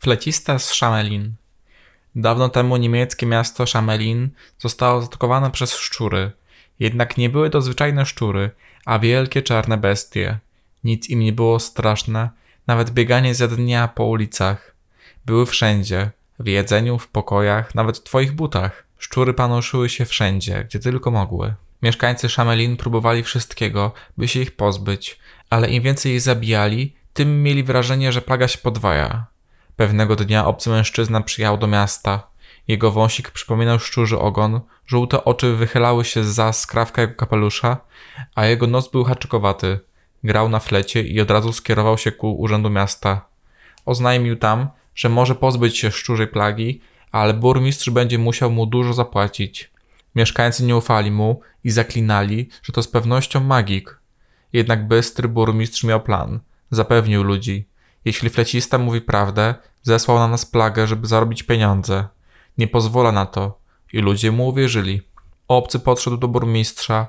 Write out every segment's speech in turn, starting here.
Flecista z Szamelin. Dawno temu niemieckie miasto Szamelin zostało zaatakowane przez szczury. Jednak nie były to zwyczajne szczury, a wielkie czarne bestie. Nic im nie było straszne, nawet bieganie za dnia po ulicach. Były wszędzie, w jedzeniu, w pokojach, nawet w twoich butach. Szczury panoszyły się wszędzie, gdzie tylko mogły. Mieszkańcy Szamelin próbowali wszystkiego, by się ich pozbyć, ale im więcej ich zabijali, tym mieli wrażenie, że plaga się podwaja. Pewnego dnia obcy mężczyzna przyjechał do miasta. Jego wąsik przypominał szczurzy ogon, żółte oczy wychylały się zza skrawka jego kapelusza, a jego nos był haczykowaty. Grał na flecie i od razu skierował się ku urzędu miasta. Oznajmił tam, że może pozbyć się szczurzej plagi, ale burmistrz będzie musiał mu dużo zapłacić. Mieszkańcy nie ufali mu i zaklinali, że to z pewnością magik. Jednak bystry burmistrz miał plan. Zapewnił ludzi. Jeśli flecista mówi prawdę, zesłał na nas plagę, żeby zarobić pieniądze. Nie pozwolę na to. I ludzie mu uwierzyli. Obcy podszedł do burmistrza.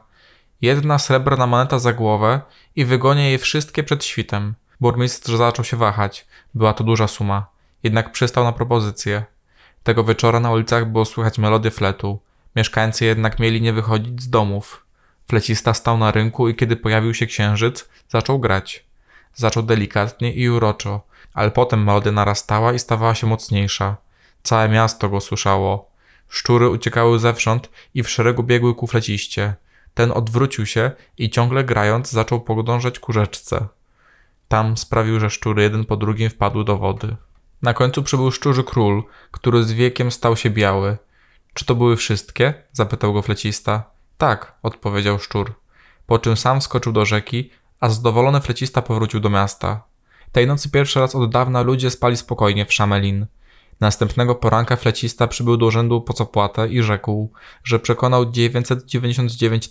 1 srebrna moneta za głowę i wygonię je wszystkie przed świtem. Burmistrz zaczął się wahać. Była to duża suma. Jednak przystał na propozycję. Tego wieczora na ulicach było słychać melodię fletu. Mieszkańcy jednak mieli nie wychodzić z domów. Flecista stał na rynku i kiedy pojawił się księżyc, zaczął grać. Zaczął delikatnie i uroczo, ale potem melodia narastała i stawała się mocniejsza. Całe miasto go słyszało. Szczury uciekały zewsząd i w szeregu biegły ku fleciście. Ten odwrócił się i ciągle grając zaczął podążać ku rzeczce. Tam sprawił, że szczury jeden po drugim wpadły do wody. Na końcu przybył szczurzy król, który z wiekiem stał się biały. Czy to były wszystkie? Zapytał go flecista. Tak, odpowiedział szczur. Po czym sam skoczył do rzeki, a zadowolony flecista powrócił do miasta. Tej nocy pierwszy raz od dawna ludzie spali spokojnie w Szamelin. Następnego poranka flecista przybył do urzędu po zapłatę i rzekł, że przekonał 999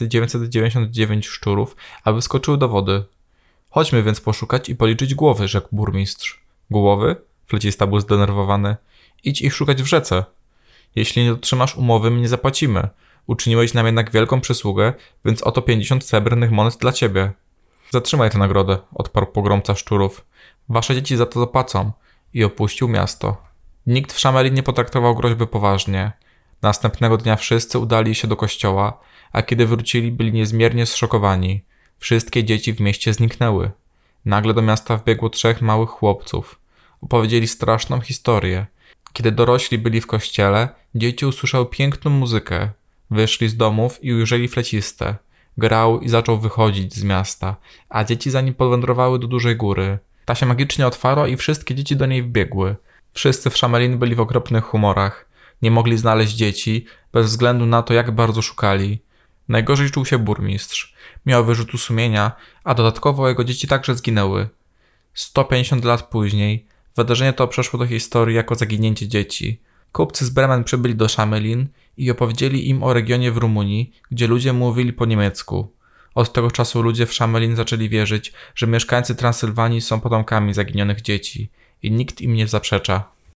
999 szczurów, aby skoczyły do wody. Chodźmy więc poszukać i policzyć głowy, rzekł burmistrz. Głowy? Flecista był zdenerwowany. Idź ich szukać w rzece. Jeśli nie dotrzymasz umowy, my nie zapłacimy. Uczyniłeś nam jednak wielką przysługę, więc oto 50 srebrnych monet dla ciebie. Zatrzymaj tę nagrodę, odparł pogromca szczurów. Wasze dzieci za to zapłacą. I opuścił miasto. Nikt w Szamelin nie potraktował groźby poważnie. Następnego dnia wszyscy udali się do kościoła, a kiedy wrócili, byli niezmiernie zszokowani. Wszystkie dzieci w mieście zniknęły. Nagle do miasta wbiegło 3 małych chłopców. Opowiedzieli straszną historię. Kiedy dorośli byli w kościele, dzieci usłyszały piękną muzykę. Wyszli z domów i ujrzeli flecistę. Grał i zaczął wychodzić z miasta, a dzieci za nim powędrowały do dużej góry. Ta się magicznie otwarła i wszystkie dzieci do niej wbiegły. Wszyscy w Szamelin byli w okropnych humorach. Nie mogli znaleźć dzieci, bez względu na to, jak bardzo szukali. Najgorzej czuł się burmistrz. Miał wyrzutu sumienia, a dodatkowo jego dzieci także zginęły. 150 lat później wydarzenie to przeszło do historii jako zaginięcie dzieci. Kupcy z Bremen przybyli do Szamelin i opowiedzieli im o regionie w Rumunii, gdzie ludzie mówili po niemiecku. Od tego czasu ludzie w Szamelin zaczęli wierzyć, że mieszkańcy Transylwanii są potomkami zaginionych dzieci i nikt im nie zaprzecza.